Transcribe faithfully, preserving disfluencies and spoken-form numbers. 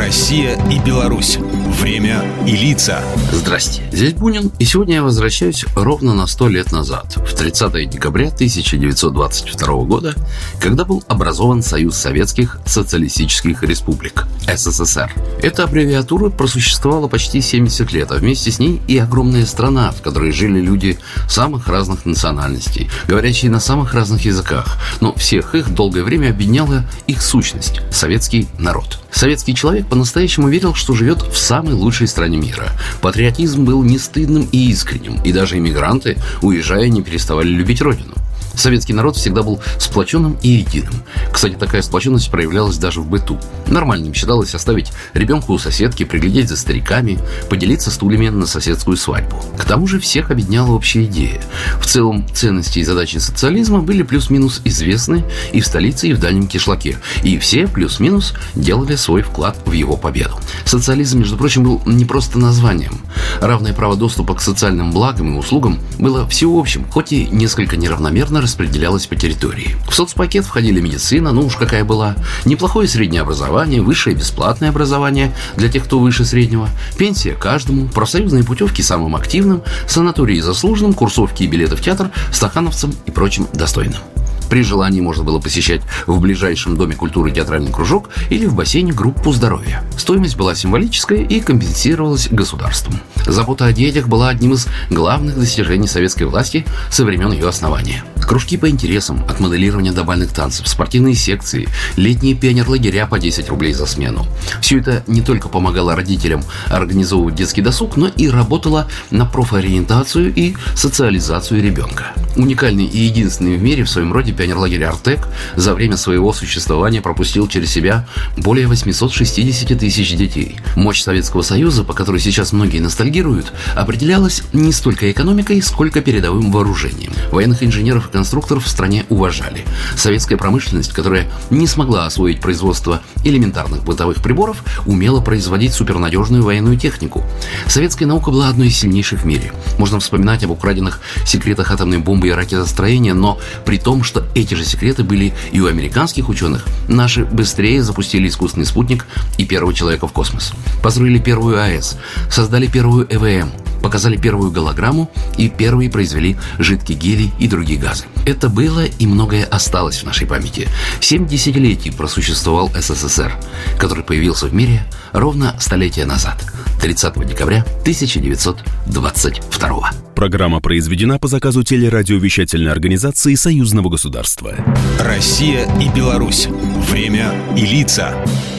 Россия и Беларусь. Время и лица. Здрасте, здесь Бунин, и сегодня я возвращаюсь ровно на сто лет назад, в тридцатое декабря тысяча девятьсот двадцать второго года, когда был образован Союз Советских Социалистических Республик, СССР. Эта аббревиатура просуществовала почти семьдесят лет, а вместе с ней и огромная страна, в которой жили люди самых разных национальностей, говорящие на самых разных языках, но всех их долгое время объединяла их сущность – советский народ. Советский человек по-настоящему верил, что живет в самой лучшей стране мира. Патриотизм был не стыдным и искренним, и даже иммигранты, уезжая, не переставали любить родину. Советский народ всегда был сплоченным и единым. Кстати, такая сплоченность проявлялась даже в быту. Нормальным считалось оставить ребенка у соседки, приглядеть за стариками, поделиться стульями на соседскую свадьбу. К тому же всех объединяла общая идея. В целом, ценности и задачи социализма были плюс-минус известны и в столице, и в дальнем кишлаке. И все плюс-минус делали свой вклад в его победу. Социализм, между прочим, был не просто названием. Равное право доступа к социальным благам и услугам было всеобщим, хоть и несколько неравномерно распределялась по территории. В соцпакет входили медицина, ну уж какая была, неплохое среднее образование, высшее бесплатное образование для тех, кто выше среднего, пенсия каждому, профсоюзные путевки самым активным, санатории заслуженным, курсовки и билеты в театр стахановцам и прочим достойным. При желании можно было посещать в ближайшем доме культуры театральный кружок или в бассейне группу здоровья. Стоимость была символическая и компенсировалась государством. Забота о детях была одним из главных достижений советской власти со времен ее основания. Кружки по интересам, от моделирования до бальных танцев, спортивные секции, летние пионерлагеря по десять рублей за смену. Все это не только помогало родителям организовывать детский досуг, но и работало на профориентацию и социализацию ребенка. Уникальный и единственный в мире в своем роде пионерлагерь «Артек» за время своего существования пропустил через себя более восемьсот шестьдесят тысяч детей. Мощь Советского Союза, по которой сейчас многие ностальгируют, определялась не столько экономикой, сколько передовым вооружением. Военных инженеров и конструкторов в стране уважали. Советская промышленность, которая не смогла освоить производство элементарных бытовых приборов, умела производить супернадежную военную технику. Советская наука была одной из сильнейших в мире. Можно вспоминать об украденных секретах атомной бомбы и ракетостроения, но при том, что эти же секреты были и у американских ученых, наши быстрее запустили искусственный спутник и первого человека в космос. Построили первую АЭС, создали первую ЭВМ, показали первую голограмму и первые произвели жидкий гелий и другие газы. Это было и многое осталось в нашей памяти. Семь десятилетий просуществовал СССР, который появился в мире ровно столетие назад, тридцатого декабря тысяча девятьсот двадцать второго. Программа произведена по заказу телерадиовещательной организации Союзного государства. Россия и Беларусь. Время и лица.